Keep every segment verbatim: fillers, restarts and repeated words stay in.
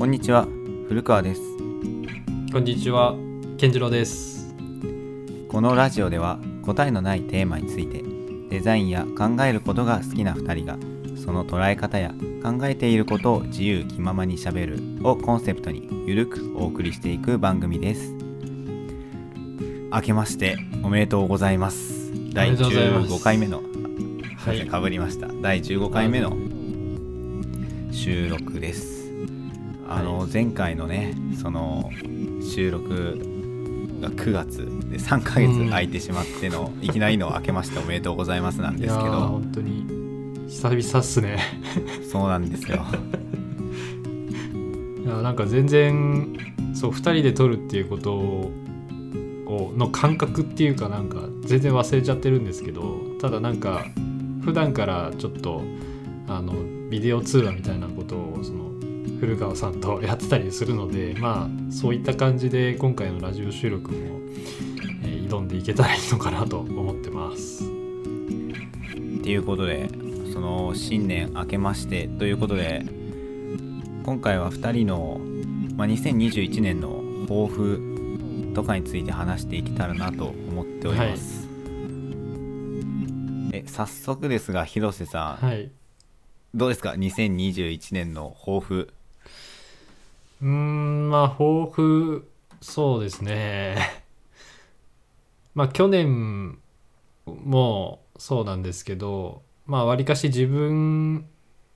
こんにちは、古川です。 こんにちは、健次郎です。 このラジオでは答えのないテーマについてデザインや考えることが好きなふたりがその捉え方や考えていることを自由気ままにしゃべるをコンセプトにゆるくお送りしていく番組です。明けましておめでとうございます。だいじゅうごかいめのはい、かぶりました。だいじゅうごかいめの収録です。あの前回のねその収録がくがつでさんかげつ空いてしまっての、うん、いきなりの明けましておめでとうございますなんですけど、いや本当に久々っすね。 そうなんですよ。 いやなんか全然そうふたりで撮るっていうことをの感覚っていうかなんか全然忘れちゃってるんですけど、ただなんか普段からちょっとあのビデオ通話みたいなことをその古川さんとやってたりするので、まあそういった感じで今回のラジオ収録も、えー、挑んでいけたらいいのかなと思ってます。 っていうことでその新年明けましてということで今回はふたりの、まあ、にせんにじゅういちねんの抱負とかについて話していけたらなと思っております。はい、え早速ですが広瀬さん、はい、どうですかにせんにじゅういちねんの抱負。 うーんまあ抱負そうですね。まあ去年もそうなんですけど、まあわりかし自分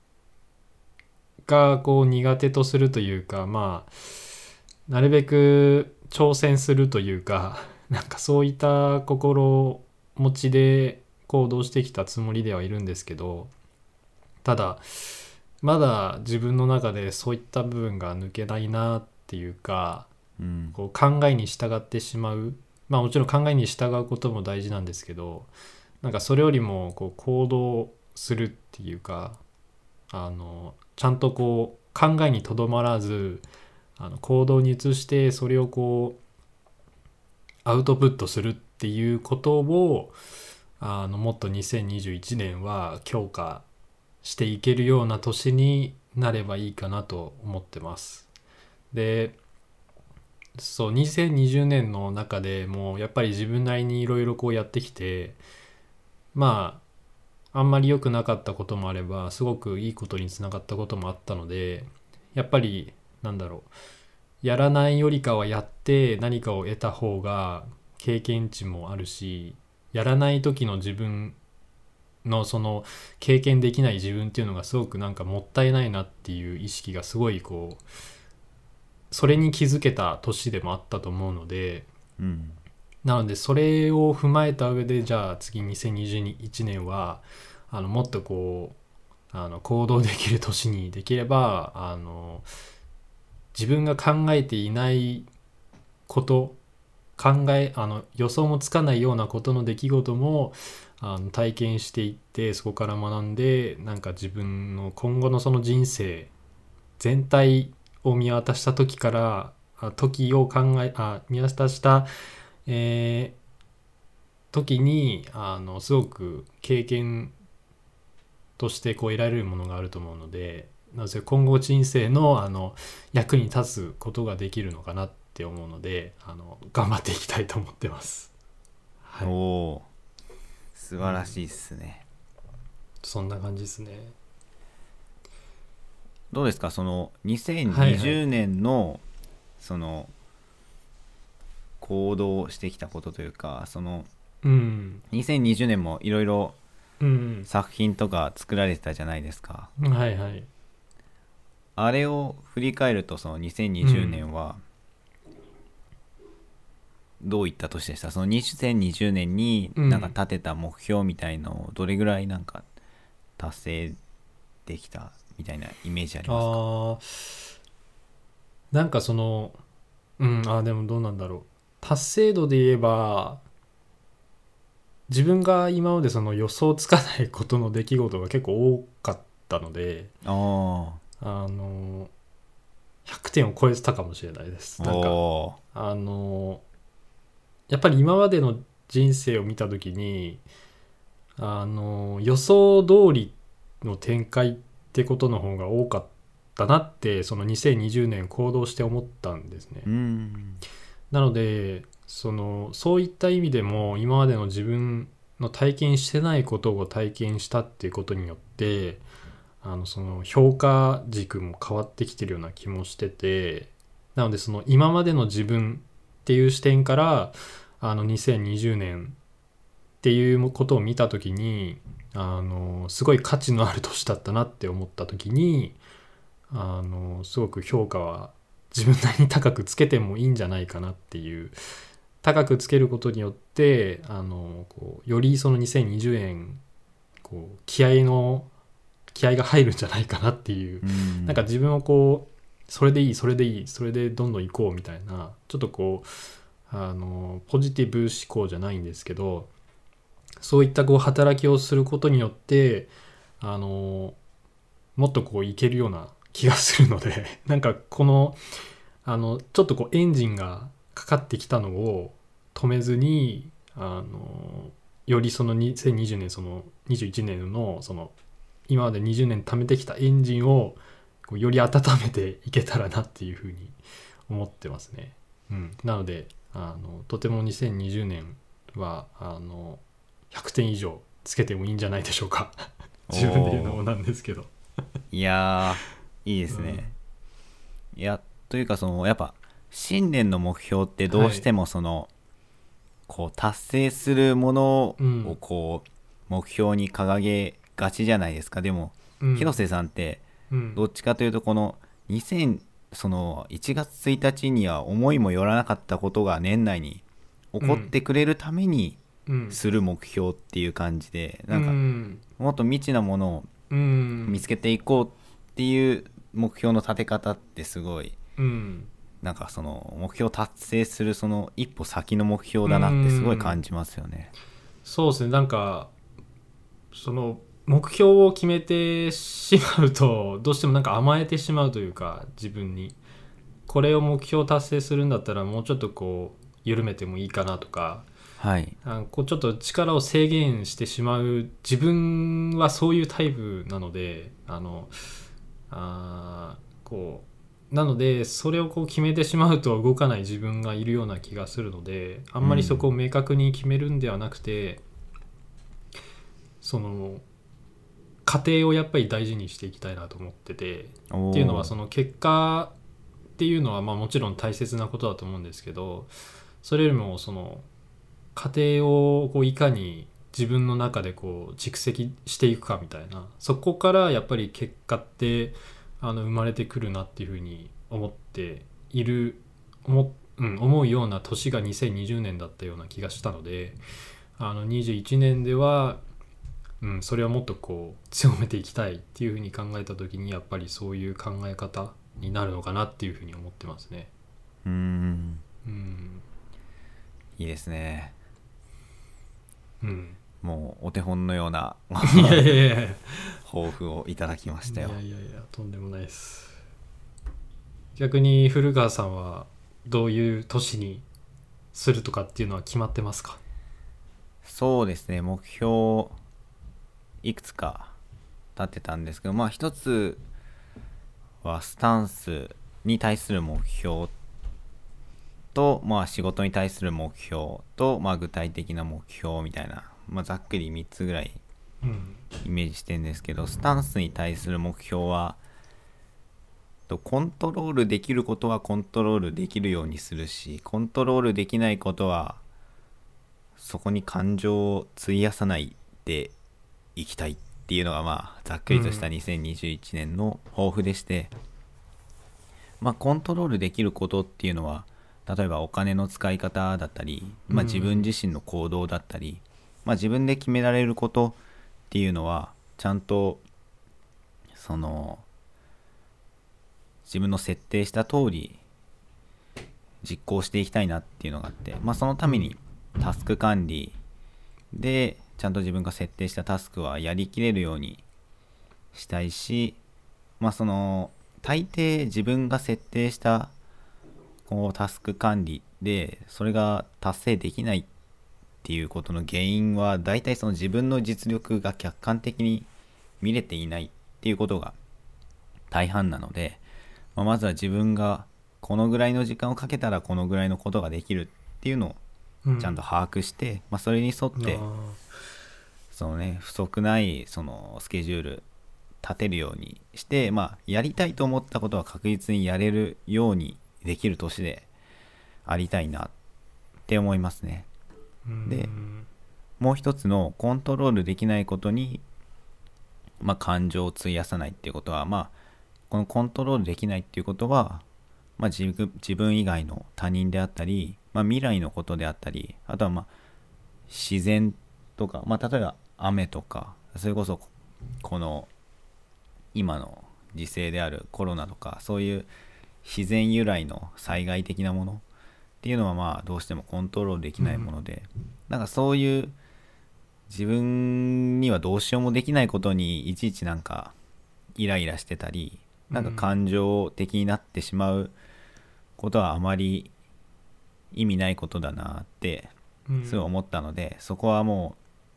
がこう苦手とするというか、まあなるべく挑戦するというか、なんかそういった心持ちで行動してきたつもりではいるんですけど、ただまだ自分の中でそういった部分が抜けないなっていうか、うん、こう考えに従ってしまう、まあもちろん考えに従うことも大事なんですけど、なんかそれよりもこう行動するっていうか、あのちゃんとこう考えにとどまらずあの行動に移してそれをこうアウトプットするっていうことをあのもっとにせんにじゅういちねんは強化していけるような年になればいいかなと思ってます。で、そうにせんにじゅうねんの中でもやっぱり自分なりにいろいろこうやってきて、まああんまり良くなかったこともあればすごくいいことにつながったこともあったので、やっぱりなんだろう、やらないよりかはやって何かを得た方が経験値もあるし、やらない時の自分のその経験できない自分っていうのがすごくなんかもったいないなっていう意識がすごいこうそれに気づけた年でもあったと思うので、うん、なのでそれを踏まえた上でじゃあ次にせんにじゅういちねんはあのもっとこうあの行動できる年にできれば、あの自分が考えていないこと考えあの予想もつかないようなことの出来事もあの体験していって、そこから学んでなんか自分の今後のその人生全体を見渡した時から時を考えあ見渡した、えー、時にあのすごく経験としてこう得られるものがあると思うので、なので今後人生 の, あの役に立つことができるのかなって思うので、あの頑張っていきたいと思ってます。 はい、おー素晴らしいっすね、 うん、そんな感じですね。 どうですかそのにせんにじゅうねんの、はいはい、その行動してきたことというか、その、うん、にせんにじゅうねんもいろいろ作品とか作られてたじゃないですか、 うん、はいはい。 あれを振り返るとそのにせんにじゅうねんはどういった年でした？うん、そのにせんにじゅうねんになんか立てた目標みたいのをどれぐらいなんか達成できたみたいなイメージありますか？ あなんかそのうんあでもどうなんだろう、達成度で言えば自分が今までその予想つかないことの出来事が結構多かったので、ああのひゃくてんを超えてたかもしれないです。なんかあのやっぱり今までの人生を見た時にあの予想通りの展開ってことの方が多かったったなってそのにせんにじゅうねん行動して思ったんですね。 うんなのでそのそういった意味でも今までの自分の体験してないことを体験したっていうことによってあのその評価軸も変わってきてるような気もしてて、なのでその今までの自分っていう視点からあのにせんにじゅうねんっていうことを見た時にあのすごい価値のある年だったなって思った時にあのすごく評価は自分なりに高くつけてもいいんじゃないかなっていう、高くつけることによってあのこうよりそのにせんにじゅうねんこう気合の気合が入るんじゃないかなっていう、 うんなんか自分をこうそれでいいそれでいいそれでどんどん行こうみたいな、ちょっとこうあのポジティブ思考じゃないんですけど、そういったこう働きをすることによってあのもっとこういけるような気がするのでなんかこのあのちょっとこうエンジンがかかってきたのを止めずにあのよりそのにせんにじゅうねんそのにじゅういちねんのその今までにじゅうねん貯めてきたエンジンをこうより温めていけたらなっていうふうに思ってますね。うん、なのであのとてもにせんにじゅうねんはあのひゃくてん以上つけてもいいんじゃないでしょうか自分で言うのもなんですけどいやーいいですね、うん、いやというかそのやっぱ新年の目標ってどうしてもその、はい、こう達成するものをこう目標に掲げがちじゃないですか。でも、うん、広瀬さんってどっちかというとこのにせんそのいちがつついたちには思いもよらなかったことが年内に起こってくれるためにする目標っていう感じで、うん、なんかもっと未知なものを見つけていこうっていう目標の立て方ってすごい、うん、なんかその目標を達成するその一歩先の目標だなってすごい感じますよね。 うん、そうですね。なんかその目標を決めてしまうとどうしてもなんか甘えてしまうというか、自分にこれを目標達成するんだったらもうちょっとこう緩めてもいいかなとか、 はい、 あこうちょっと力を制限してしまう自分はそういうタイプなので、あのあこうなのでそれをこう決めてしまうと動かない自分がいるような気がするので、あんまりそこを明確に決めるんではなくて、うん、その過程をやっぱり大事にしていきたいなと思ってて、っていうのはその結果っていうのはまあもちろん大切なことだと思うんですけど、それよりもその過程をこういかに自分の中でこう蓄積していくかみたいな、そこからやっぱり結果ってあの生まれてくるなっていうふうに思っている 思,、うん、思うような年がにせんにじゅうねんだったような気がしたので、あのにじゅういちねんでは、うん、それはもっとこう強めていきたいっていうふうに考えた時にやっぱりそういう考え方になるのかなっていうふうに思ってますね。 うーん、 うん、 いいですね。 うん、 もうお手本のようないやいやいや抱負をいただきましたよ。 いやいやいやとんでもないです。逆に古川さんはどういう年にするとかっていうのは決まってますか？ そうですね、目標いくつか立ってたんですけど、まあ一つはスタンスに対する目標と、まあ仕事に対する目標と、まあ具体的な目標みたいな、まあざっくりみっつぐらいイメージしてるんですけど、うん、スタンスに対する目標はコントロールできることはコントロールできるようにするし、コントロールできないことはそこに感情を費やさないでいきたいっていうのが、まあざっくりとしたにせんにじゅういちねんの抱負でして、うん、まあコントロールできることっていうのは例えばお金の使い方だったり、まあ、自分自身の行動だったり、まあ、自分で決められることっていうのはちゃんとその自分の設定した通り実行していきたいなっていうのがあって、まあ、そのためにタスク管理でちゃんと自分が設定したタスクはやりきれるようにしたいし、まあその大抵自分が設定したこうタスク管理でそれが達成できないっていうことの原因は大体その自分の実力が客観的に見れていないっていうことが大半なので、まあ、まずは自分がこのぐらいの時間をかけたらこのぐらいのことができるっていうのをちゃんと把握して、うん、まあ、それに沿ってそのね不足ないそのスケジュール立てるようにして、まあ、やりたいと思ったことは確実にやれるようにできる年でありたいなって思いますね。で、もう一つのコントロールできないことに、まあ、感情を費やさないっていうことは、まあ、このコントロールできないっていうことは、まあ、自分、自分以外の他人であったり、まあ、未来のことであったり、あとはまあ自然とか、まあ、例えば雨とか、それこそこの今の時勢であるコロナとか、そういう自然由来の災害的なものっていうのはまあどうしてもコントロールできないもので、うん、なんかそういう自分にはどうしようもできないことにいちいちなんかイライラしてたり、なんか感情的になってしまうことはあまり意味ないことだなってすごい思ったので、そこはも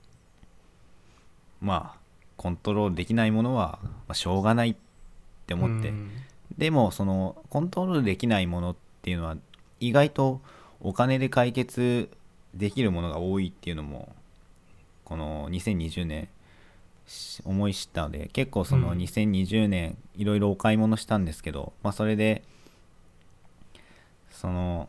うまあコントロールできないものはしょうがないって思って、でもそのコントロールできないものっていうのは意外とお金で解決できるものが多いっていうのもこのにせんにじゅうねん思い知ったので、結構そのにせんにじゅうねんいろいろお買い物したんですけど、まあそれでその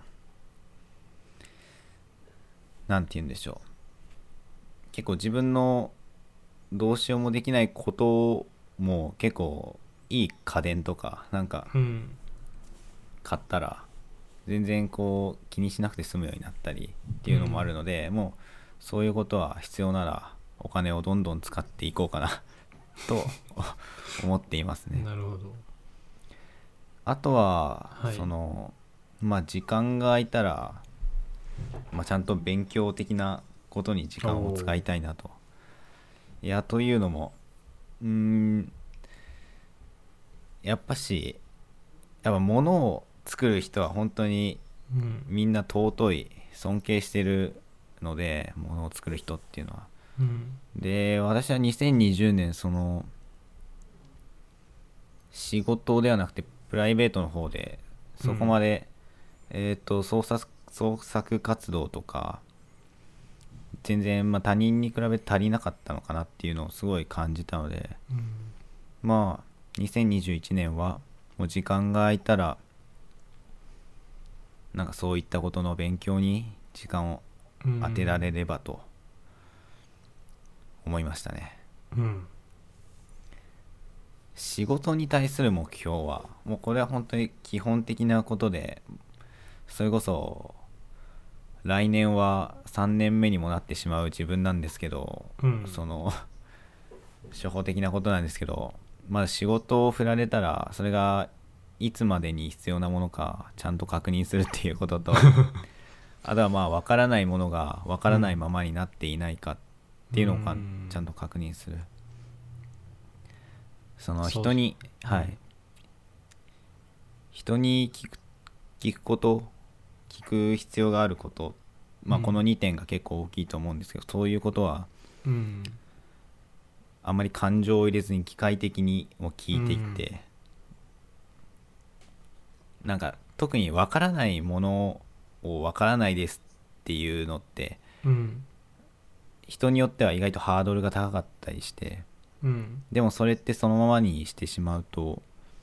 なんて言うんでしょう、結構自分のどうしようもできないことも結構いい家電とかなんか買ったら全然こう気にしなくて済むようになったりっていうのもあるので、もうそういうことは必要ならお金をどんどん使っていこうかなと思っていますね。 なるほど。 あとは、 はい、 そのまあ時間が空いたら、まあ、ちゃんと勉強的なことに時間を使いたいなと。いやというのもうーんやっぱしやっぱ物を作る人は本当にみんな尊い尊敬してるので、物を作る人っていうのは、うん、で私はにせんにじゅうねんその仕事ではなくてプライベートの方でそこまで、うん、えっと創作創作活動とか全然まあ他人に比べて足りなかったのかなっていうのをすごい感じたので、うん、まあにせんにじゅういちねんはもう時間が空いたらなんかそういったことの勉強に時間を当てられればと思いましたね。うん、仕事に対する目標はもうこれは本当に基本的なことで、それこそ来年はさんねんめにもなってしまう自分なんですけど、うん、その初歩的なことなんですけど、まあ仕事を振られたらそれがいつまでに必要なものかちゃんと確認するっていうこととあとはまあ分からないものが分からないままになっていないかっていうのをか、うん、ちゃんと確認する。その人にはい、うん、人に聞く聞くこと聞く必要があること、まあこのにてんが結構大きいと思うんですけど、うん、そういうことは、うん、あんまり感情を入れずに機械的にも聞いていって、うん、なんか特に分からないものを分からないですっていうのって、うん、人によっては意外とハードルが高かったりして、うん、でもそれってそのままにしてしまうと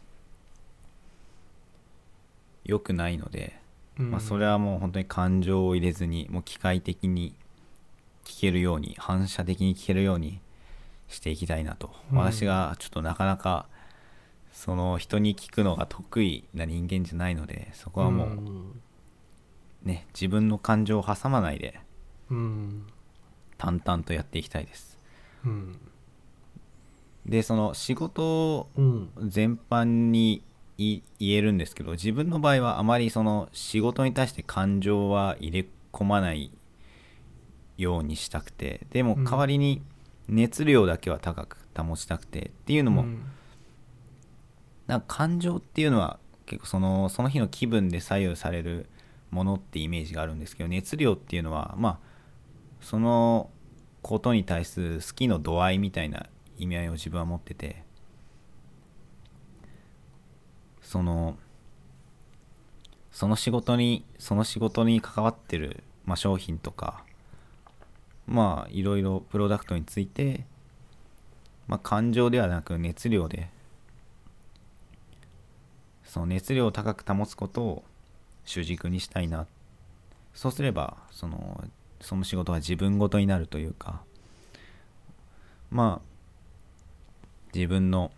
良くないので、うん、まあ、それはもう本当に感情を入れずにもう機械的に聞けるように反射的に聞けるようにしていきたいなと、うん、私がちょっとなかなかその人に聞くのが得意な人間じゃないので、そこはもうね、自分の感情を挟まないで淡々とやっていきたいです、うん、でその仕事全般に言えるんですけど、自分の場合はあまりその仕事に対して感情は入れ込まないようにしたくて、でも代わりに熱量だけは高く保ちたくてっていうのも、うん、なんか感情っていうのは結構そのその日の気分で左右されるものってイメージがあるんですけど、熱量っていうのはまあそのことに対する好きの度合いみたいな意味合いを自分は持ってて、 そのその仕事にその仕事に関わってる、まあ、商品とかまあいろいろプロダクトについて、まあ、感情ではなく熱量でその熱量を高く保つことを主軸にしたいな。そうすればそのその仕事は自分ごとになるというか、まあ自分の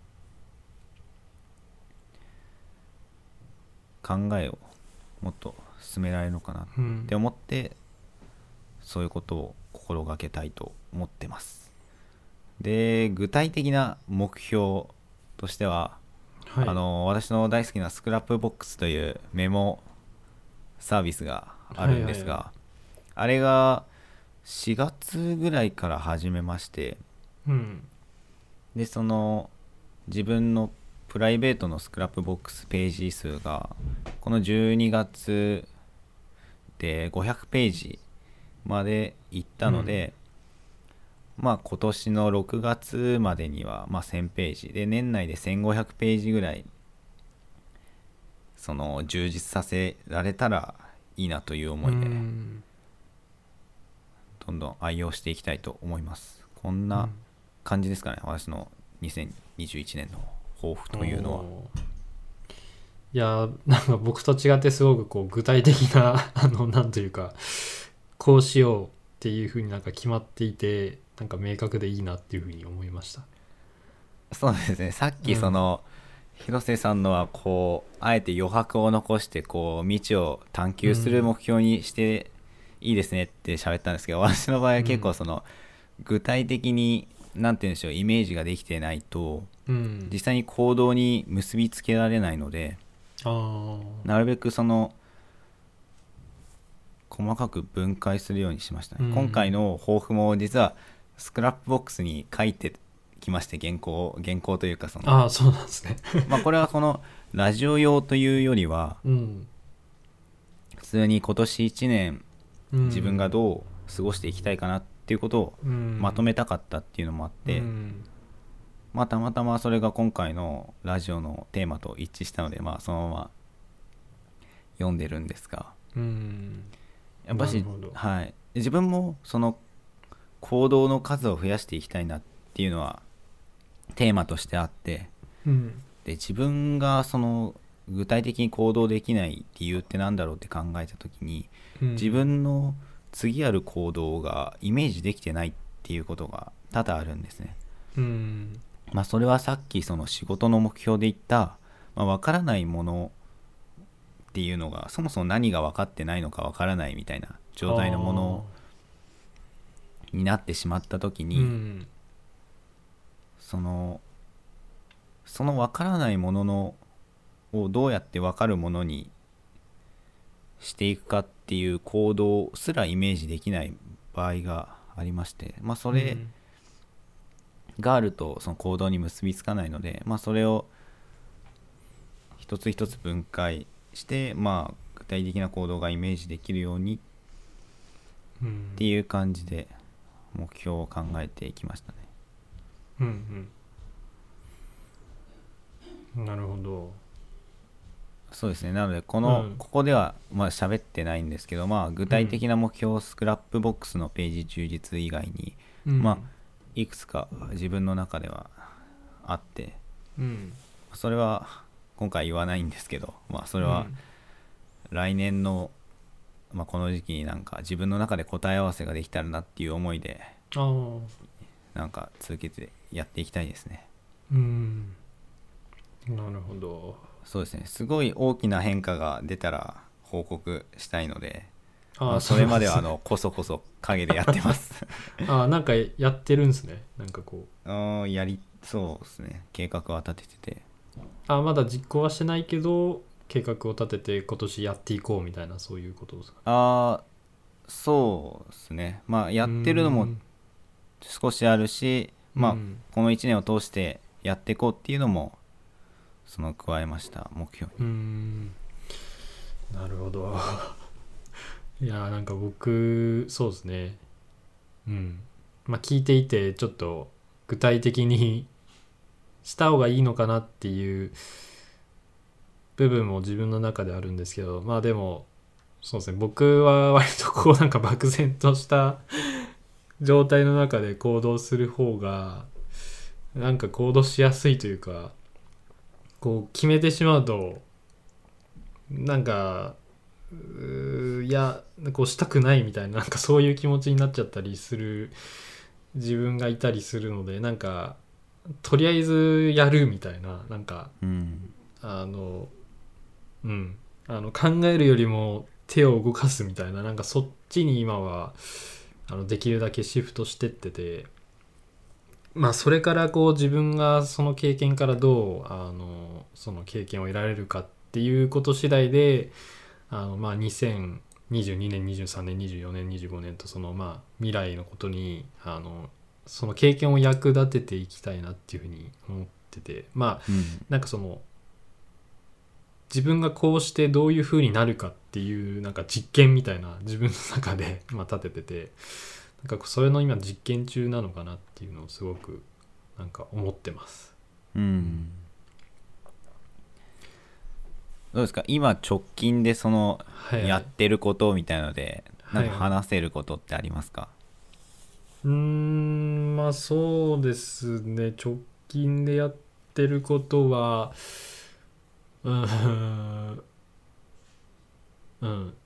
考えをもっと進められるのかなって思って、うん、そういうことを心がけたいと思ってます。で、具体的な目標としては、はい、あの私の大好きなスクラップボックスというメモサービスがあるんですが、はいはいはい、あれがしがつぐらいから始めまして、うん、でその自分のプライベートのスクラップボックスページ数がこのじゅうにがつでごひゃくページまでいったので、うん、まあ今年のろくがつまでにはまあせんページで年内でせんごひゃくページぐらいその充実させられたらいいなという思いで、うん、どんどん愛用していきたいと思います。こんな感じですかね、私のにせんにじゅういちねんの抱負というのは。 いやなんか僕と違ってすごくこう具体的なあのなんというかこうしようっていうふうになんか決まっていて、なんか明確でいいなっていうふうに思いました。 そうですね、さっきその、うん、広瀬さんのはこうあえて余白を残してこう未知を探求する目標にしていいですねって喋ったんですけど、うん、私の場合は結構その、うん、具体的になんて言うんでしょう、イメージができてないと、うん、実際に行動に結びつけられないので、あなるべくその細かく分解するようにしましたね、うん、今回の抱負も実はスクラップボックスに書いてきまして、原稿原稿というかそのあそうなんですねまあこれはこのラジオ用というよりは、うん、普通に今年いちねん自分がどう過ごしていきたいかなっていうことをまとめたかったっていうのもあって、うん、まあたまたまそれが今回のラジオのテーマと一致したので、まあそのまま読んでるんですが、うん、やっぱし、はい、自分もその行動の数を増やしていきたいなっていうのはテーマとしてあって、うん、で自分がその具体的に行動できない理由ってなんだろうって考えた時に、うん、自分の次ある行動がイメージできてないっていうことが多々あるんですね、うんまあ、それはさっきその仕事の目標で言った、まあ、分からないものっていうのがそもそも何が分かってないのか分からないみたいな状態のものになってしまった時に、うん、そのその分からないもののをどうやって分かるものにしていくかっていう行動すらイメージできない場合がありまして、まあそれがあるとその行動に結びつかないので、まあそれを一つ一つ分解してまあ具体的な行動がイメージできるようにっていう感じで目標を考えていきましたね。 うんうん。なるほど。 そうですね。なのでこの、うん、ここではまあ喋ってないんですけど、まあ具体的な目標、うん、スクラップボックスのページ充実以外に、うん、まあいくつか自分の中ではあって、うん、それは今回言わないんですけど、まあそれは来年の、まあ、この時期になんか自分の中で答え合わせができたらなっていう思いで、なんか続けてやっていきたいですね。 うん、なるほど。 そうですね。すごい大きな変化が出たら報告したいので、あ、まあ、それまではあのこそこそ陰でやってますあ、なんかやってるんですね。なんかこうあやりそうですね。計画は立ててて、 あ、まだ実行はしてないけど計画を立てて今年やっていこうみたいな、そういうことですか。 あ、そうですね。まあやってるのも少しあるし、まあこのいちねんを通してやっていこうっていうのもその加えました、目標に。 うーん、なるほどいやなんか僕そうですね、うんまあ聞いていてちょっと具体的にした方がいいのかなっていう部分も自分の中であるんですけど、まあでもそうですね、僕は割とこうなんか漠然とした状態の中で行動する方がなんか行動しやすいというか、こう決めてしまうとなんかうーいやこうしたくないみたいな、なんかそういう気持ちになっちゃったりする自分がいたりするので、なんかとりあえずやるみたいな、なんかうんあのうんあの考えるよりも手を動かすみたいな、なんかそっちに今はあのできるだけシフトしてってて、まあそれからこう自分がその経験からどうあのその経験を得られるかっていうこと次第で、あのまあにせんにじゅうにねんにじゅうさんねんにじゅうよねんにじゅうごねんとそのまあ未来のことにあのその経験を役立てていきたいなっていうふうに思ってて、まあうんなんかその自分がこうしてどういう風になるかっていうなんか実験みたいな自分の中でまあ立ててて、なんかそれの今実験中なのかなっていうのをすごくなんか思ってます。 うんどうですか今直近でそのはいはい、 やってることみたいのでなんかはいはい、 話せることってありますか？ うーんまあそうですね、直近でやってることはうーんうん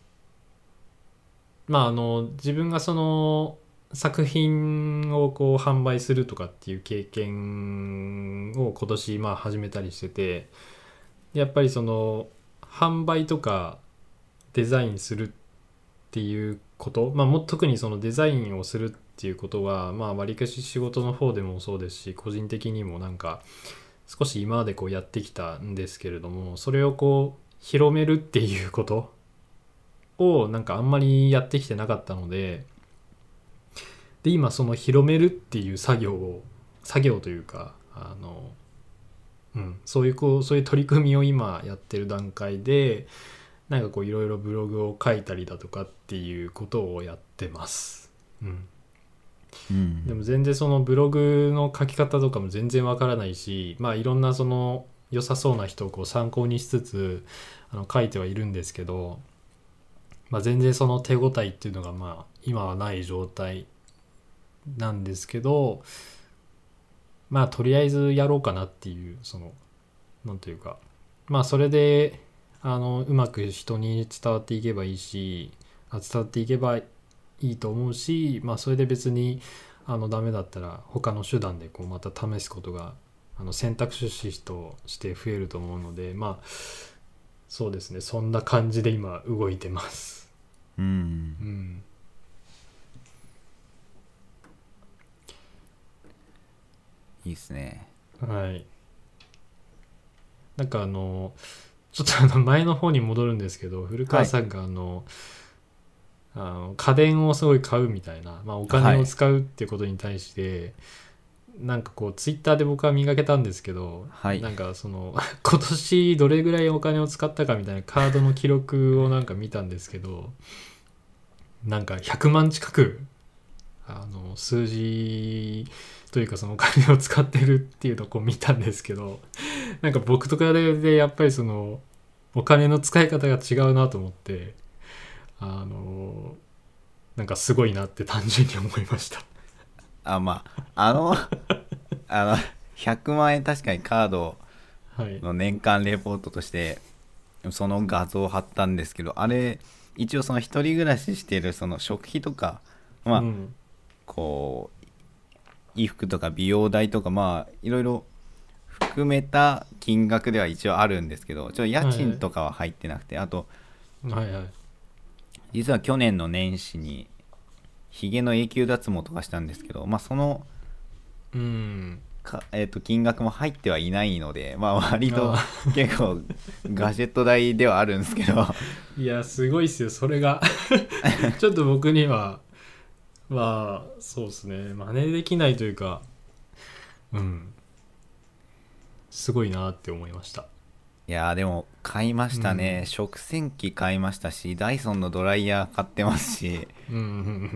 まああの自分がその作品をこう販売するとかっていう経験を今年まあ始めたりしてて、やっぱりその販売とかデザインするっていうこと、まあ、も特にそのデザインをするっていうことはまあわりかし仕事の方でもそうですし、個人的にもなんか少し今までこうやってきたんですけれども、それをこう広めるっていうことをなんかあんまりやってきてなかったので、で今その広めるっていう作業を作業というかあの、うん、そういうこうそういう取り組みを今やってる段階で、なんかこういろいろブログを書いたりだとかっていうことをやってます。うん、 うん、 でも全然そのブログの書き方とかも全然わからないし、まあいろんなその良さそうな人をこう参考にしつつあの書いてはいるんですけど、まあ、全然その手応えっていうのがまあ今はない状態なんですけど、まあとりあえずやろうかなっていう、そのなんというか、まあそれであのうまく人に伝わっていけばいいし、あ伝わっていけばいいと思うし、まあそれで別にあのダメだったら他の手段でこうまた試すことがあの選択肢として増えると思うので、まあそうですね、そんな感じで今動いてます。 うん、 うん、 いいですね。 はい。なんかあのちょっとあの前の方に戻るんですけど、古川さんがあの、はい、あの家電をすごい買うみたいな、まあ、お金を使うっていうことに対して、はい、なんかこうツイッターで僕は見かけたんですけど、 はい、 なんかその今年どれぐらいお金を使ったかみたいなカードの記録をなんか見たんですけど、なんかひゃくまん近くあの数字というかそのお金を使ってるっていうのをこう見たんですけど、なんか僕とかでやっぱりそのお金の使い方が違うなと思って、あのなんかすごいなって単純に思いました。 あまああのあのひゃくまん円確かにカードの年間レポートとしてその画像を貼ったんですけど、あれ一応その一人暮らししているその食費とかまあ、うん、こう衣服とか美容代とかまあいろいろ含めた金額では一応あるんですけど、ちょっと家賃とかは入ってなくて、はいはい、あと、 はいはい、 実は去年の年始にヒゲの永久脱毛とかしたんですけど、まあそのうんか、えー、と金額も入ってはいないので、まあ割と結構ガジェット代ではあるんですけどいやすごいっすよそれがちょっと僕にはまあそうですね、真似できないというか、うんすごいなって思いました。 いやでも買いましたね、うん、食洗機買いましたし、ダイソンのドライヤー買ってますし、 うん、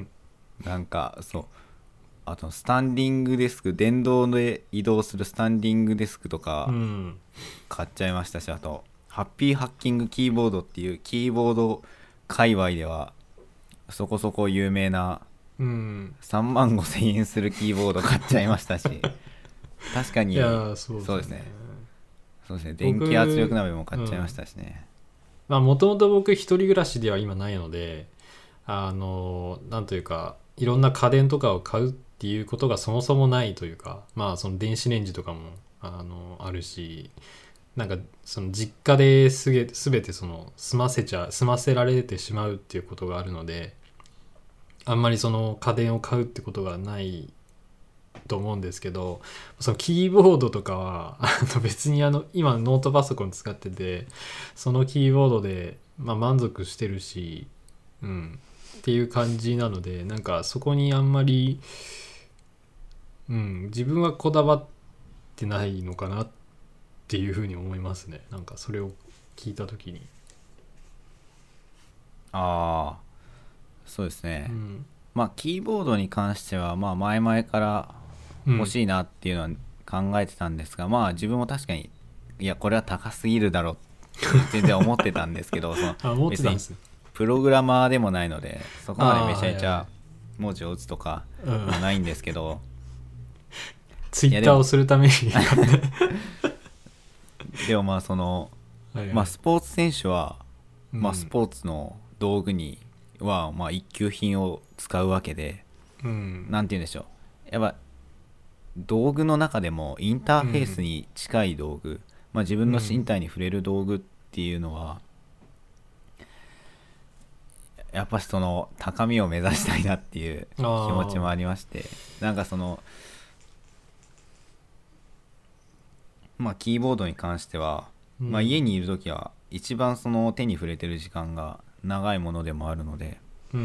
なんかそうあとスタンディングデスク、電動で移動するスタンディングデスクとか買っちゃいましたし、あとハッピーハッキングキーボードっていうキーボード界隈ではそこそこ有名なうんさんまんごせんえんするキーボード買っちゃいましたし確かにいやそうですねそうですねそうですね電気圧力鍋も買っちゃいましたしね。 まあもともと僕一人暮らしでは今ないので、あのなんというかいろんな家電とかを買うっていうことがそもそもないというか、まあその電子レンジとかもあのあるし、なんかその実家ですげ全てその済ませちゃ済ませられてしまうっていうことがあるので、あんまりその家電を買うってことがないと思うんですけど、そのキーボードとかはあの別にあの今ノートパソコン使っててそのキーボードで、まあ、満足してるし、うん、っていう感じなので、なんかそこにあんまり、うん、自分はこだわってないのかなっていうふうに思いますね。なんかそれを聞いた時に、 ああそうですね、 うん、 まあキーボードに関してはまあ前々から欲しいなっていうのは考えてたんですが、うん、まあ自分も確かにいやこれは高すぎるだろうって全然思ってたんですけどそのあ思ってたんですね。 プログラマーでもないのでそこまでめちゃめちゃ文字を打つとかもないんですけど、 ツイッターをするためにでもまあその、はいはい、まあスポーツ選手は、うん、まあスポーツの道具にはまあ一級品を使うわけで、うん、なんて言うんでしょう、やっぱ道具の中でもインターフェースに近い道具、うん、まあ自分の身体に触れる道具っていうのは、やっぱその高みを目指したいなっていう気持ちもありまして、なんかそのまあキーボードに関しては、うん、まあ家にいるときは一番その手に触れてる時間が長いものでもあるので、うん、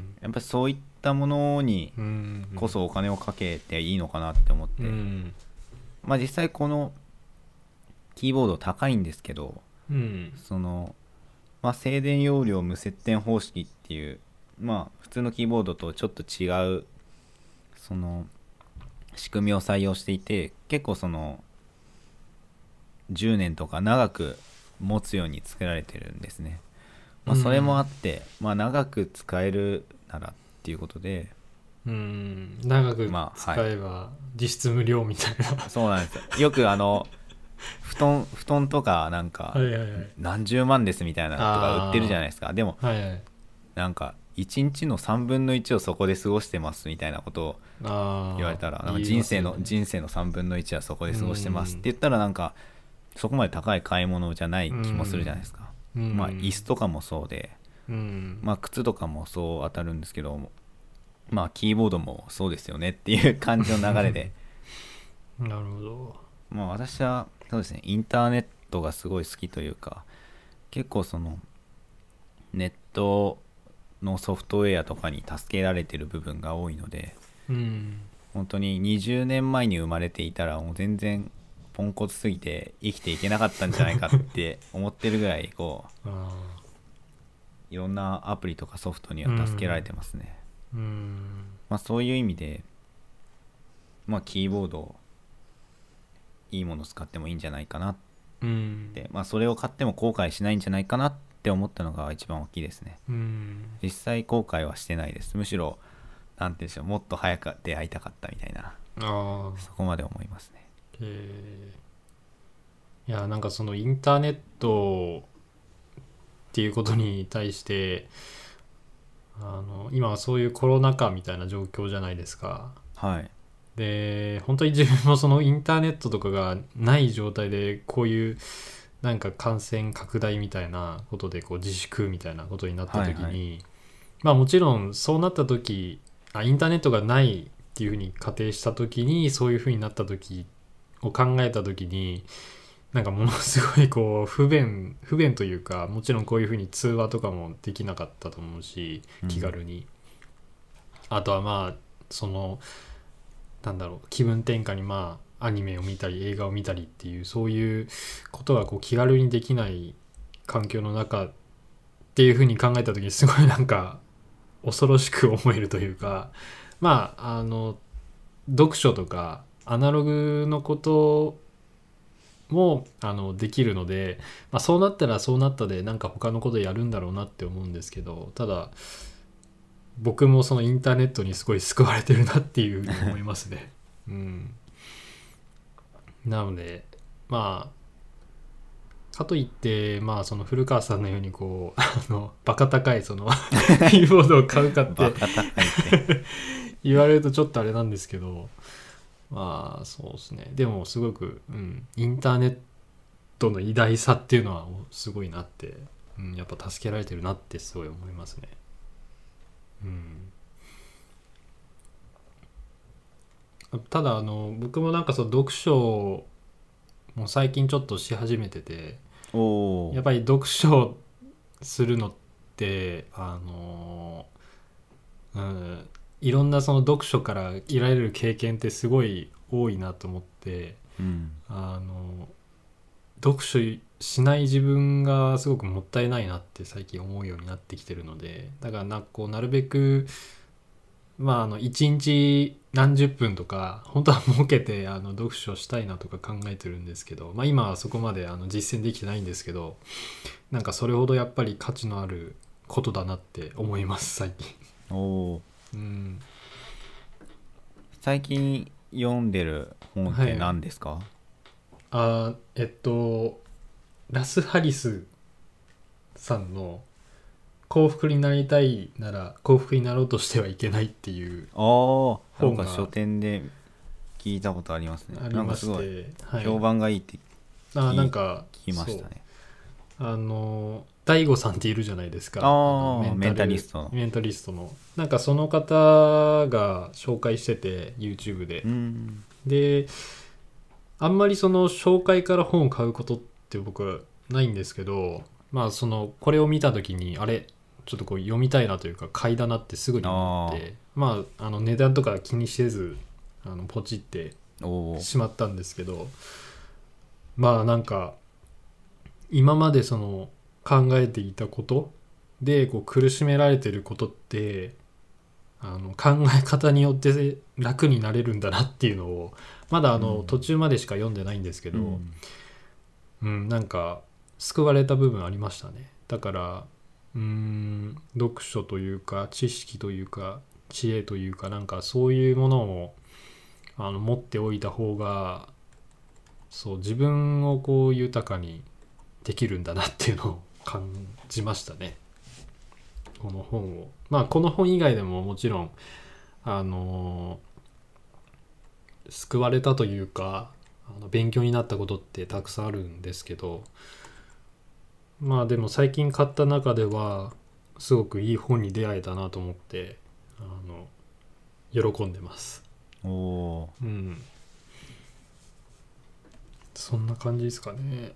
やっぱりそういったものにこそお金をかけていいのかなって思って、うん、まあ実際このキーボード高いんですけど、うん、そのまあ静電容量無接点方式っていうまあ普通のキーボードとちょっと違うその仕組みを採用していて、結構そのじゅうねんとか長く持つように作られてるんですね。まあ、それもあって、うん、まあ長く使えるならっていうことで、 うん、長く使えば実質無料みたいな、 まあはい、そうなんですよ。よくあの布団布団とかなんか何十万ですみたいなとか売ってるじゃないですか。でも、はいはい、なんかいちにちのさんぶんのいちをそこで過ごしてますみたいなことを言われたら、なんか人生の、ね、人生のさんぶんのいちはそこで過ごしてますって言ったら、なんかそこまで高い買い物じゃない気もするじゃないですか。まあ椅子とかもそうで、まあ靴とかもそう当たるんですけど、まあキーボードもそうですよねっていう感じの流れでなるほど。 まあ私はそうですね、インターネットがすごい好きというか、結構そのネットのソフトウェアとかに助けられてる部分が多いので、うん、本当ににじゅうねんまえに生まれていたらもう全然ポンコツすぎて生きていけなかったんじゃないかって思ってるぐらいこういろんなアプリとかソフトには助けられてますね。うん、まあそういう意味でまあキーボードいいもの使ってもいいんじゃないかなって、うん、まあそれを買っても後悔しないんじゃないかなって思ったのが一番大きいですね。うん、実際後悔はしてないです。むしろなんていうんでしょう、もっと早く出会いたかったみたいな、あそこまで思いますね。 えー、いやなんかそのインターネットっていうことに対してあの今はそういうコロナ禍みたいな状況じゃないですか。はい。で本当に自分もそのインターネットとかがない状態でこういうなんか感染拡大みたいなことでこう自粛みたいなことになった時に、はいはい、まあもちろんそうなった時あインターネットがないっていうふうに仮定した時にそういうふうになった時を考えた時になんかものすごいこう不便不便というか、もちろんこういうふうに通話とかもできなかったと思うし気軽に、うん、あとはまあそのなんだろう気分転換にまあアニメを見たり映画を見たりっていうそういうことがこう気軽にできない環境の中っていうふうに考えた時にすごいなんか恐ろしく思えるというか、まああの読書とかアナログのこともあのできるので、まあ、そうなったらそうなったでなんか他のことやるんだろうなって思うんですけど、ただ僕もそのインターネットにすごい救われてるなっていうふうに思いますね。うん、なのでまあかといってまあその古川さんのようにこうあのバカ高いそのキーボードを買うかってバカ高いって言われるとちょっとあれなんですけど、まあそうですね、でもすごく、うん、インターネットの偉大さっていうのはすごいなって、うん、やっぱ助けられてるなってすごい思いますね。うん、ただあの僕もなんかそう読書も最近ちょっとし始めてて、 おやっぱり読書するのってあの、うん、いろんなその読書から得られる経験ってすごい多いなと思って、 うん、 あの読書しない自分がすごくもったいないなって最近思うようになってきてるので、だからなこうなるべくまああのいちにち何十分とか本当は設けてあの読書したいなとか考えてるんですけど、まあ今はそこまであの実践できてないんですけど、なんかそれほどやっぱり価値のあることだなって思います最近。 おうん、 最近読んでる本って何ですか？ はい、あえっとラス・ハリスさんの幸福になりたいなら幸福になろうとしてはいけないっていうああ、なん本がか書店で聞いたことありますね。 ありましなんかすごいて、はい、 評判がいいってあなんか聞きましたね。 あの大悟さんっているじゃないですか、 あのあ、メンタリストの。 メンタリストのなんかその方が紹介してて YouTube で、 うん、 であんまりその紹介から本を買うことって僕はないんですけど、まあそのこれを見た時にあれちょっとこう読みたいなというか買いだなってすぐに思って、まああの値段とか気にせずあのポチっておしまったんですけど、まあなんか今までその考えていたことでこう苦しめられてることってあの考え方によって楽になれるんだなっていうのをまだあの途中までしか読んでないんですけど、 うんうん、なんか救われた部分ありましたね。だからうーん読書というか知識というか知恵というかなんかそういうものをあの持っておいた方がそう自分をこう豊かにできるんだなっていうのを感じましたね、この本を。まあこの本以外でももちろんあのー救われたというかあの勉強になったことってたくさんあるんですけど、まあでも最近買った中ではすごくいい本に出会えたなと思ってあの喜んでます。 おお、 うん、そんな感じですかね。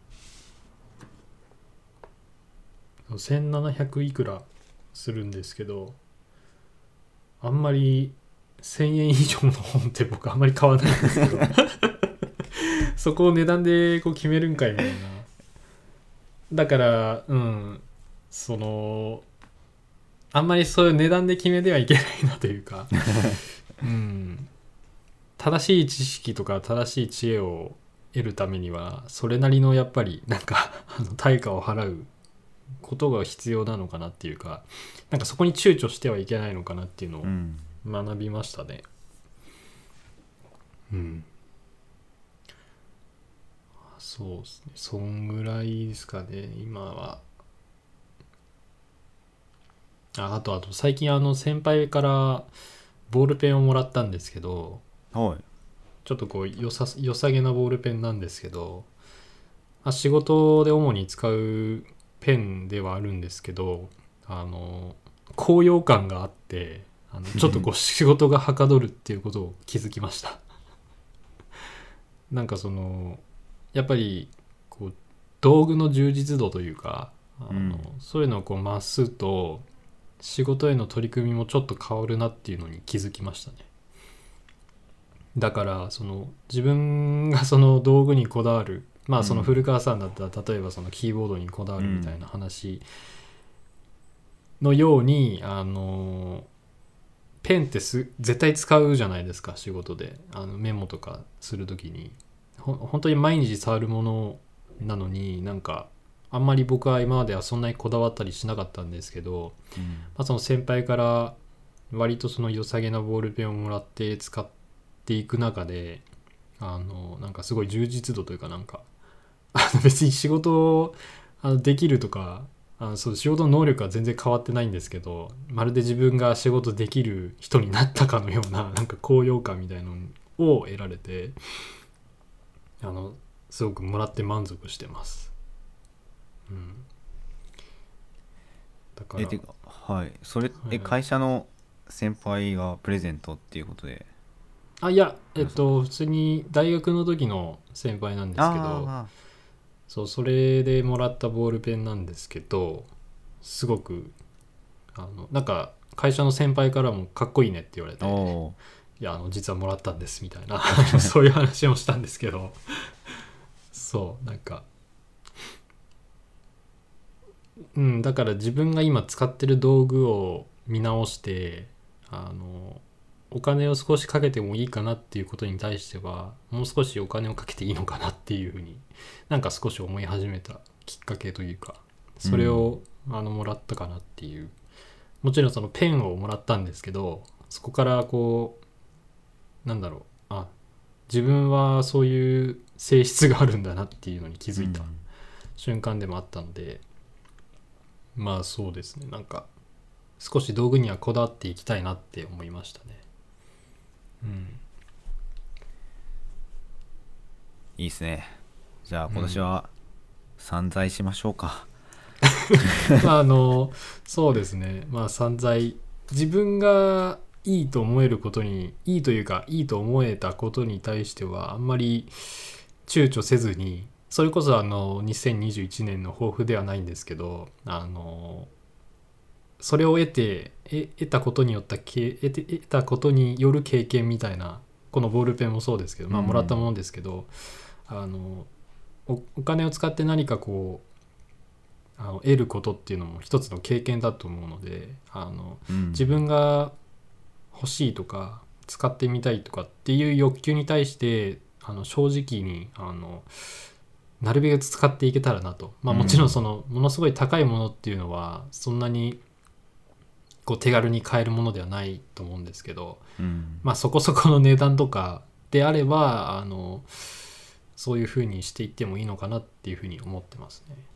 せんななひゃくいくらするんですけど、あんまりせんえん以上の本って僕あんまり買わないんですけどそこを値段でこう決めるんかいみたいな。だからうんそのあんまりそういう値段で決めてはいけないなというかうん正しい知識とか正しい知恵を得るためにはそれなりのやっぱりなんかあの対価を払うことが必要なのかなっていうか、なんかそこに躊躇してはいけないのかなっていうのをうん学びましたね。うん、そうですね、そんぐらいですかね今は。ああとあと最近あの先輩からボールペンをもらったんですけど、 はいちょっとこうよさ良さげなボールペンなんですけど、まあ、仕事で主に使うペンではあるんですけど、あの高揚感があってあのちょっとこう仕事がはかどるっていうことを気づきましたなんかそのやっぱりこう道具の充実度というかあの、うん、そういうのをこう増すと仕事への取り組みもちょっと変わるなっていうのに気づきましたね。だからその自分がその道具にこだわる、まあその古川さんだったら例えばそのキーボードにこだわるみたいな話のように、あのペンってす絶対使うじゃないですか仕事であのメモとかするときに。 ほ本当に毎日触るものなのに、なんかあんまり僕は今まではそんなにこだわったりしなかったんですけど、 うんまあ、その先輩から割とその良さげなボールペンをもらって使っていく中で、あのなんかすごい充実度というか、なんかあの別に仕事をあのできるとか、あのそう仕事の能力は全然変わってないんですけど、まるで自分が仕事できる人になったかのような、なんか高揚感みたいなのを得られて、あのすごくもらって満足してます。うん、だからえてかはいそれ、 はいはい、 え会社の先輩がプレゼントっていうことで。 あいやえっと普通に大学の時の先輩なんですけど、 あそうそれでもらったボールペンなんですけど、すごくあのなんか会社の先輩からもかっこいいねって言われて、 おいやあの実はもらったんですみたいなそういう話もしたんですけどそうなんかうんだから自分が今使ってる道具を見直して、あのお金を少しかけてもいいかなっていうことに対しては、もう少しお金をかけていいのかなっていうふうになんか少し思い始めたきっかけというか、それを、うん、あのもらったかなっていう。もちろんそのペンをもらったんですけど、そこからこうなんだろう、あ自分はそういう性質があるんだなっていうのに気づいた瞬間でもあったので、うん、まあそうですね、なんか少し道具にはこだわっていきたいなって思いましたね。うん、 いいですね。じゃあ今年は散財しましょうか。 うん、まああのそうですね、まあ散財、自分がいいと思えることに、いいというかいいと思えたことに対してはあんまり躊躇せずに、それこそあのにせんにじゅういちねんの抱負ではないんですけど、あのそれを得て得たことによった得て得たことによる経験みたいな、このボールペンもそうですけど、まあもらったものですけど、うん、あの お, お金を使って何かこうあの得ることっていうのも一つの経験だと思うので、あの、うん、自分が欲しいとか使ってみたいとかっていう欲求に対してあの正直にあのなるべく使っていけたらなと。まあもちろんそのものすごい高いものっていうのはそんなにこう手軽に買えるものではないと思うんですけど、うん、まあそこそこの値段とかであればあのそういう風にしていってもいいのかなっていう風に思ってますね。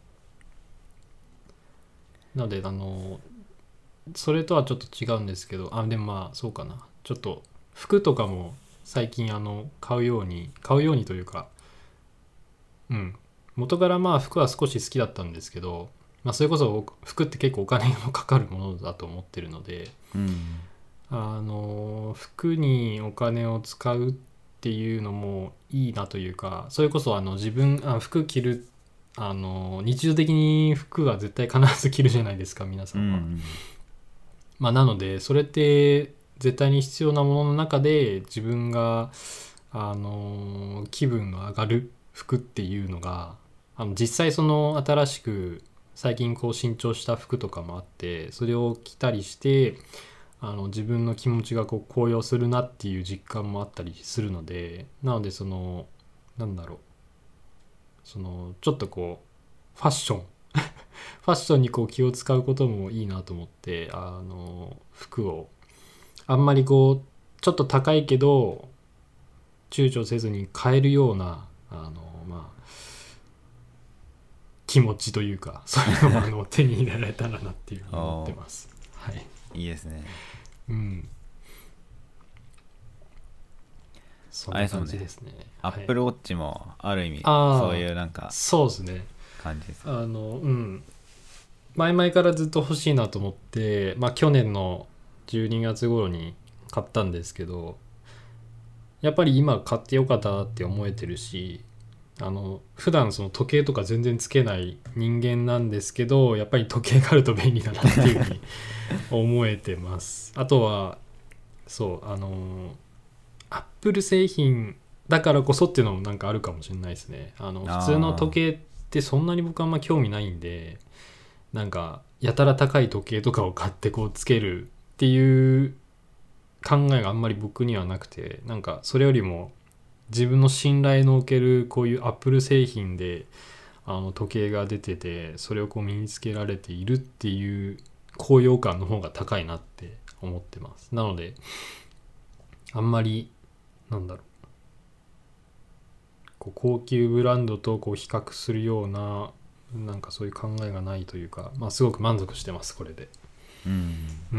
なのであのそれとはちょっと違うんですけど、あでもまあそうかな、ちょっと服とかも最近あの買うように買うようにというか、うん元からまあ服は少し好きだったんですけど、まあ、それこそ服って結構お金のかかるものだと思ってるので、うん、あの服にお金を使うっていうのもいいなというか、それこそあの自分あ服着るあの日常的に服は絶対必ず着るじゃないですか皆さんは、うん、まあなのでそれって絶対に必要なものの中で自分があの気分の上がる服っていうのがあの実際その新しく最近こう新調した服とかもあって、それを着たりしてあの自分の気持ちがこう高揚するなっていう実感もあったりするので、なのでそのなんだろうそのちょっとこうファッションファッションにこう気を使うこともいいなと思って、あの服をあんまりこうちょっと高いけど躊躇せずに買えるようなあのまあ気持ちというか、そういうのをあの手に入れられたらなっていうふうに思ってます。はい。 いいですね。 うん。そんな感じですね。 アップルウォッチもある意味そういうなんかそうですね。 感じです。 あのうん前々からずっと欲しいなと思って、まあ去年のじゅうにがつ頃に買ったんですけど、やっぱり今買ってよかったなって思えてるし。あの普段その時計とか全然つけない人間なんですけど、やっぱり時計があると便利だなっていうふうに思えてます。あとはそうあのアップル製品だからこそっていうのもなんかあるかもしれないですね。あの普通の時計ってそんなに僕あんま興味ないんで、なんかやたら高い時計とかを買ってこうつけるっていう考えがあんまり僕にはなくて、なんかそれよりも自分の信頼のおけるこういうアップル製品であの時計が出てて、それをこう身につけられているっていう高揚感の方が高いなって思ってます。なのであんまりなんだろう、こう高級ブランドとこう比較するようななんかそういう考えがないというか、まあ、すごく満足してますこれで。 うん、 うん、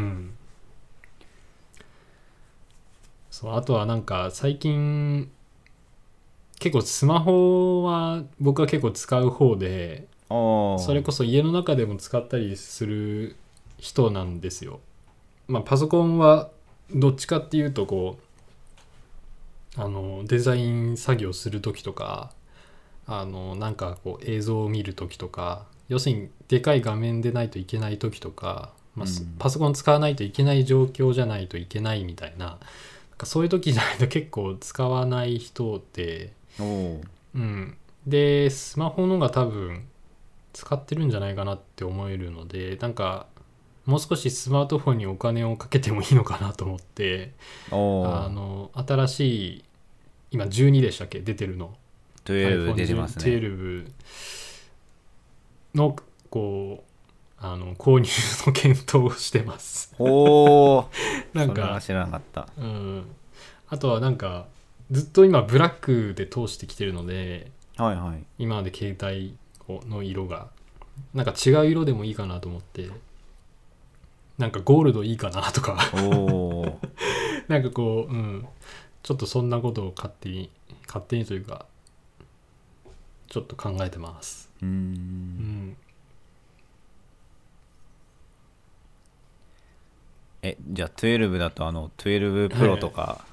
そうあとはなんか最近結構スマホは僕は結構使う方で、それこそ家の中でも使ったりする人なんですよ。まあパソコンはどっちかっていうとこうあのデザイン作業する時とか、あのなんかこう映像を見る時とか、要するにでかい画面でないといけない時とか、まあうん、 パソコン使わないといけない状況じゃないといけないみたいな、なんかそういう時じゃないと結構使わない人で、 おうん、でスマホのが多分使ってるんじゃないかなって思えるので、なんかもう少しスマートフォンにお金をかけてもいいのかなと思って、 おあの新しい今じゅうにでしたっけ出てるの、 じゅうに出てますね。 じゅうのこうあの購入の検討をしてます。 おおなんかそれは知らなかった。 うん、あとはなんかずっと今ブラックで通してきてるので、 はいはい。 今まで携帯の色がなんか違う色でもいいかなと思って、なんかゴールドいいかなとかおなんかこう、うん、ちょっとそんなことを勝手に勝手にというかちょっと考えてます。 うーん、 うん、 えじゃあじゅうにだとあのじゅうにプロとか、はい、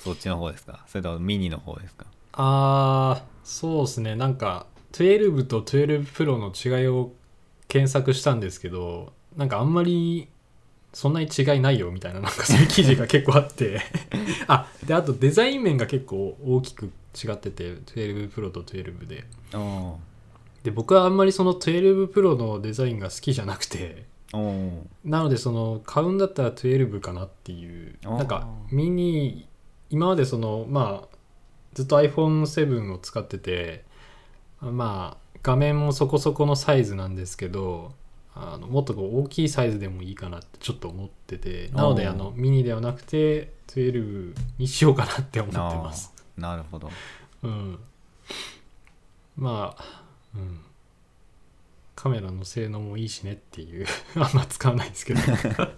そっちの方ですか、それともミニの方ですか。 あーそうですね、なんかじゅうにとじゅうにプロの違いを検索したんですけど、なんかあんまりそんなに違いないよみたいな、なんかそういう記事が結構あってあであとデザイン面が結構大きく違ってて、じゅうにプロとじゅうにでおで僕はあんまりそのじゅうにプロのデザインが好きじゃなくて、 おなのでその買うんだったらじゅうにかなっていう、なんかミニ今までそのまあずっと アイフォンセブン を使ってて、まあ画面もそこそこのサイズなんですけど、あのもっとこう大きいサイズでもいいかなってちょっと思ってて、なのであのミニではなくてじゅうににしようかなって思ってます。 なるほど。 うん、まあ、うん、カメラの性能もいいしねっていうあんま使わないですけど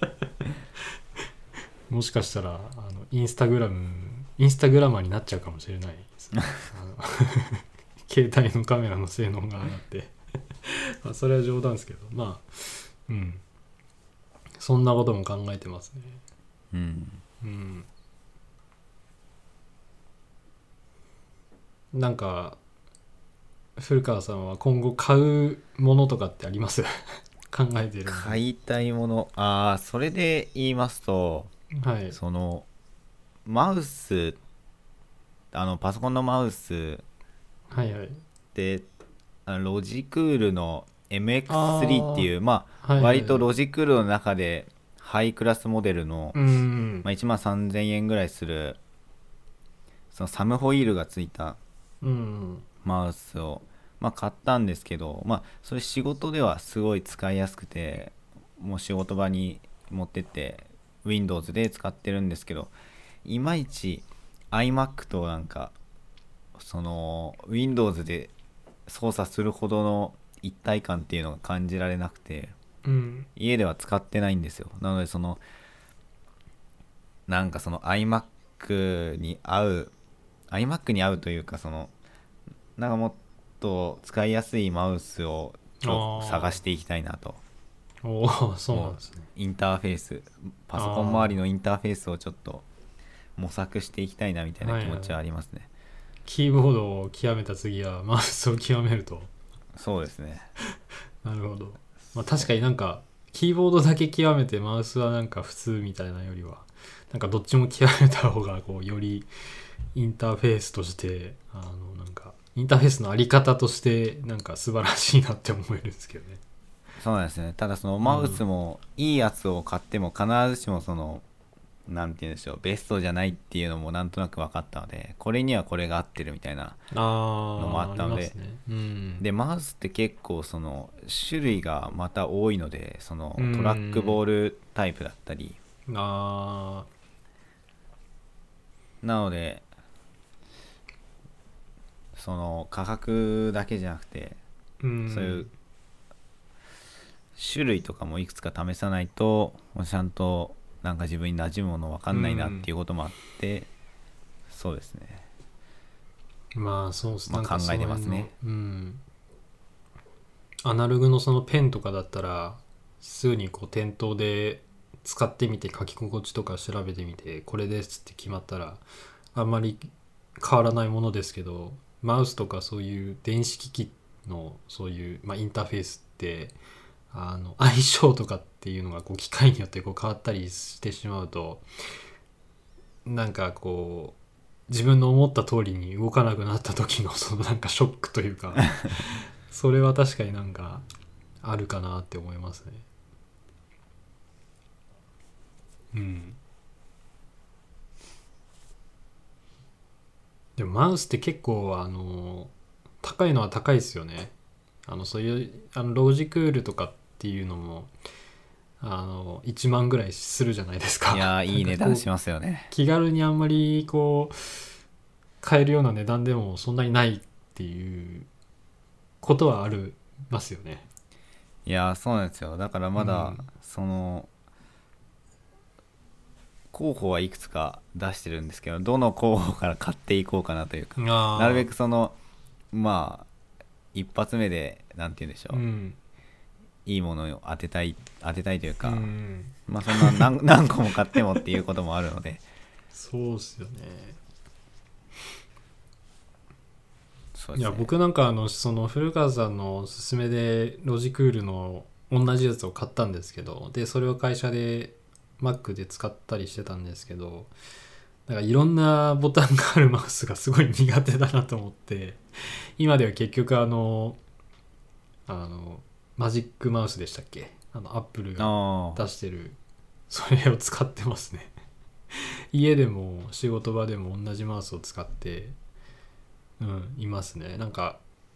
もしかしたらあのインスタグラムインスタグラマーになっちゃうかもしれないですねあの携帯のカメラの性能があってまあそれは冗談ですけど、まあうんそんなことも考えてますね。 うん、 うん、なんか古川さんは今後買うものとかってあります考えてるの。 買いたいもの、ああそれで言いますと、 はい、 そのマウス、あのパソコンのマウスはいはいで、あのロジクールの エムエックススリー っていう、まあ、 はいはい、 割とロジクールの中でハイクラスモデルの、 うんまあ、いちまんさんぜんえんぐらいするそのサムホイールがついたうんマウスを、まあ、買ったんですけど、まあ、それ仕事ではすごい使いやすくて、もう仕事場に持ってって Windows で使ってるんですけど、いまいち iMac となんかその Windows で操作するほどの一体感っていうのが感じられなくて、 うん、 家では使ってないんですよ。なのでそのなんかその iMac に合う iMac に合うというか、そのなんかもっと使いやすいマウスをちょっと探していきたいなと。 おおそうなんですね。 インターフェース、パソコン周りのインターフェースをちょっと模索していきたいなみたいな気持ちはありますね。はいはい、 キーボードを極めた次はマウスを極めると。 そうですねなるほど、まあ、確かになんかキーボードだけ極めてマウスはなんか普通みたいなよりはなんかどっちも極めた方がこうよりインターフェースとしてあのなんかインターフェースのあり方としてなんか素晴らしいなって思えるんですけどね。 そうなんですね。ただそのマウスもいいやつを買っても必ずしもそのなんて言うんでしょう、ベストじゃないっていうのもなんとなく分かったので、これにはこれが合ってるみたいなのもあったので、 あ、ね、うん、 でマウスって結構その種類がまた多いので、そのうんトラックボールタイプだったり、 あなのでその価格だけじゃなくて、 うん、 そういう種類とかもいくつか試さないとちゃんとなんか自分に馴染むもの分かんないなっていうこともあって、うん、そうですね、 まあそうです、 まあ、考えてますね。 うん、アナログのそのペンとかだったらすぐにこう店頭で使ってみて書き心地とか調べてみてこれですって決まったらあんまり変わらないものですけど、マウスとかそういう電子機器のそういう、まあ、インターフェースってあの相性とかっていうのがこう機械によってこう変わったりしてしまうと、なんかこう自分の思った通りに動かなくなった時のそのなんかショックというかそれは確かになんかあるかなって思いますね。うん。でもマウスって結構あの高いのは高いですよね。あのそういうあのロジクールとかっていうのもあのいちまんぐらいするじゃないですか。 いやいい値段しますよね。 気軽にあんまりこう買えるような値段でもそんなにないっていうことはありますよね。 いやそうなんですよ。だからまだ、うん、その候補はいくつか出してるんですけど、どの候補から買っていこうかなというか、なるべくそのまあ一発目でなんて言うんでしょう、うん、いいものを当てたい当てたいというか、うん、まあそんな 何, 何個も買ってもっていうこともあるのでそうっすよね。 そうですね。 いや僕なんかあのその古川さんのおすすめでロジクールの同じやつを買ったんですけど、でそれを会社で Mac で使ったりしてたんですけど、なんかいろんなボタンがあるマウスがすごい苦手だなと思って、今では結局あのあのマジックマウスでしたっけ、あのアップルが出してるそれを使ってますね家でも仕事場でも同じマウスを使ってうんいますね。なんか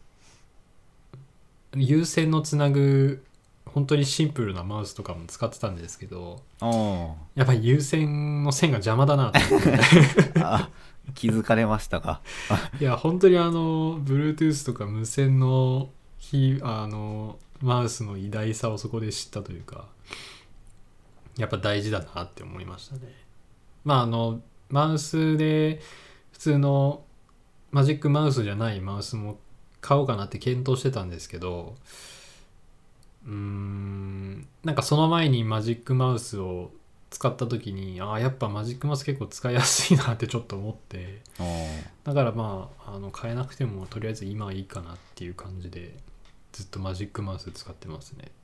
有線のつなぐ本当にシンプルなマウスとかも使ってたんですけど、やっぱり有線の線が邪魔だなと思ってあ、気づかれましたかいや本当にあの Bluetooth とか無線のあのマウスの偉大さをそこで知ったというか、やっぱ大事だなって思いましたね。まああのマウスで普通のマジックマウスじゃないマウスも買おうかなって検討してたんですけど、うーんなんかその前にマジックマウスを使った時に、ああやっぱマジックマウス結構使いやすいなってちょっと思って、だからまあ、あの買えなくてもとりあえず今はいいかなっていう感じでずっとマジックマウス使ってますね。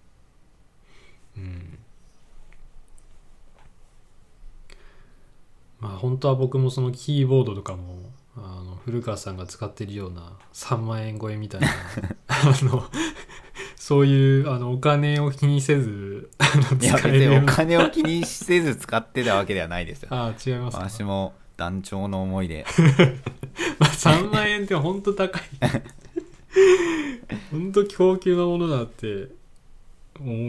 うんまあ本当は僕もそのキーボードとかもあの古川さんが使ってるようなさんまんえん超えみたいなあのそういうあのお金を気にせずいや別にお金を気にせず使ってたわけではないですよ。 ああ違いますか。 私も団長の思いでまあさんまんえんって本当高い本当高級なものだってもう、うん、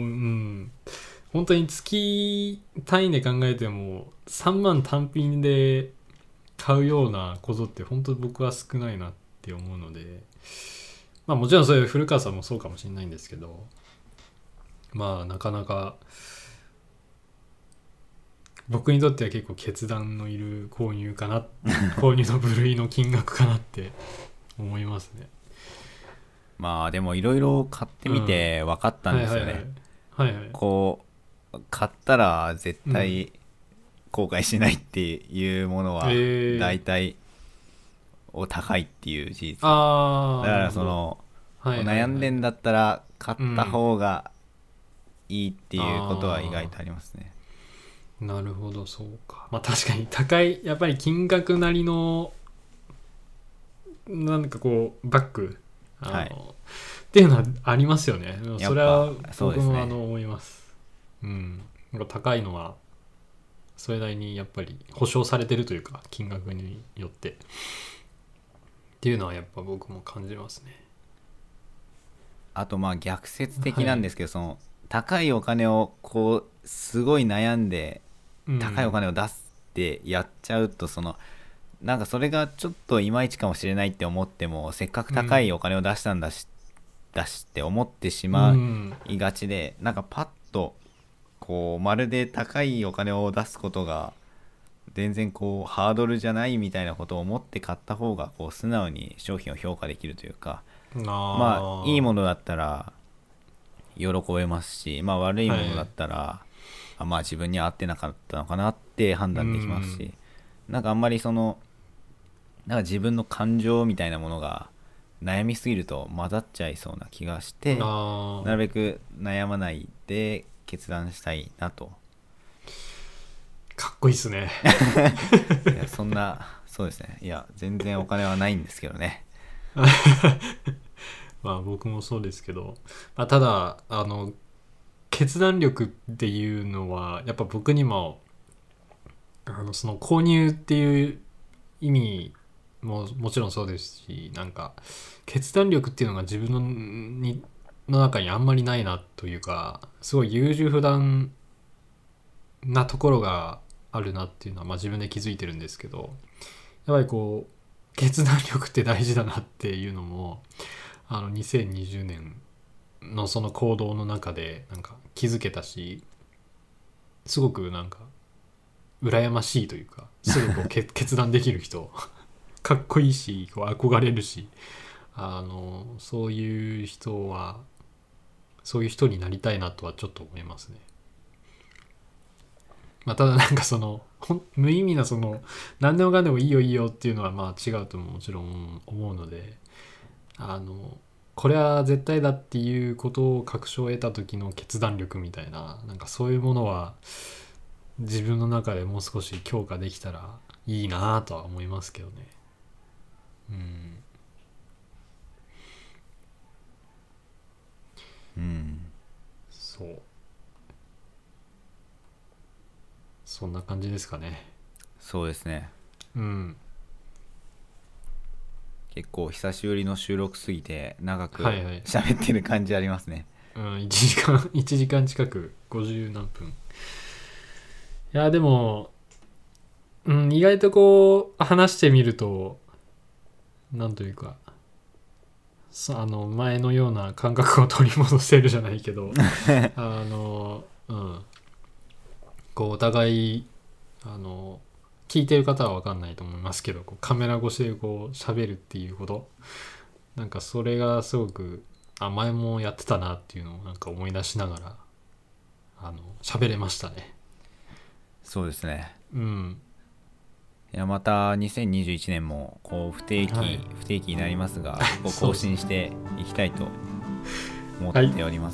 本当に月単位で考えてもさんまん単品で買うようなことって本当僕は少ないなって思うので、まあもちろんそういう古川さんもそうかもしれないんですけど、まあなかなか僕にとっては結構決断のいる購入かな購入の部類の金額かなって思いますね。 まあでもいろいろ買ってみて分かったんですよね。こう買ったら絶対後悔しないっていうものは大体お高いっていう事実、あだからその、はいはいはい、悩んでんだったら買った方がいいっていうことは意外とありますね。 うん、なるほどそうか。まあ確かに高いやっぱり金額なりのなんかこうバッグあの、はい、っていうのはありますよね。それは僕もあの思います。うん、高いのはそれなりにやっぱり保証されてるというか、金額によってっていうのはやっぱ僕も感じますね。 あとまあ逆説的なんですけど、はい、その高いお金をこうすごい悩んで高いお金を出すってやっちゃうと、そのなんかそれがちょっといまいちかもしれないって思っても、せっかく高いお金を出したんだし、うん、出して思ってしまいがちで、うん、なんかパッとこうまるで高いお金を出すことが全然こうハードルじゃないみたいなことを思って買った方がこう素直に商品を評価できるというか、 あまあいいものだったら喜べますし、まあ悪いものだったら、はい、あまあ自分には合ってなかったのかなって判断できますし、うん、なんかあんまりそのなんか自分の感情みたいなものが悩みすぎると混ざっちゃいそうな気がして、なるべく悩まないで決断したいなと。 かっこいいっすね。 いやそんなそうですね、いや全然お金はないんですけどね。 まあ僕もそうですけど、まあ、ただあの決断力っていうのはやっぱ僕にもあのその購入っていう意味ももちろんそうですし、なんか決断力っていうのが自分のにの中にあんまりないなというか、すごい優柔不断なところがあるなっていうのは、まあ、自分で気づいてるんですけど、やっぱりこう決断力って大事だなっていうのもあのにせんにじゅうねんのその行動の中でなんか気づけたし、すごくなんか羨ましいというか、すぐこう決断できる人かっこいいしこう憧れるし、あのそういう人はそういう人になりたいなとはちょっと思いますね。まあ、ただなんかその無意味なその何でもかんでもいいよいいよっていうのはまあ違うとももちろん思うので、あのこれは絶対だっていうことを確証を得た時の決断力みたいな、なんかそういうものは自分の中でもう少し強化できたらいいなとは思いますけどね。うんうんそうそんな感じですかね。 そうですね。 うん結構久しぶりの収録すぎて長くはいはい喋ってる感じありますね。 うん、いちじかんいちじかん近くごじゅう何分。いやでも、うん、意外とこう話してみるとなんというかあの前のような感覚を取り戻せるじゃないけどあの、うん、こうお互いあの聞いてる方は分かんないと思いますけど、こうカメラ越しでこう喋るっていうこと、なんかそれがすごくあ前もやってたなっていうのをなんか思い出しながらあの喋れましたね。 そうですね。 うん。 いやまたにせんにじゅういちねんもこう不定期、はい、不定期になりますがこう更新していきたいと思っております、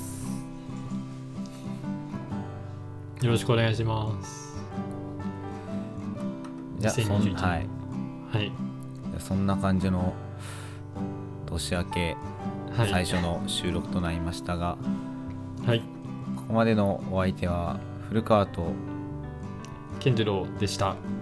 はい、よろしくお願いします。 じゃあそん、はいはい、 そんな感じの年明け最初の収録となりましたが、 はい、 ここまでのお相手は古川と健次郎でした。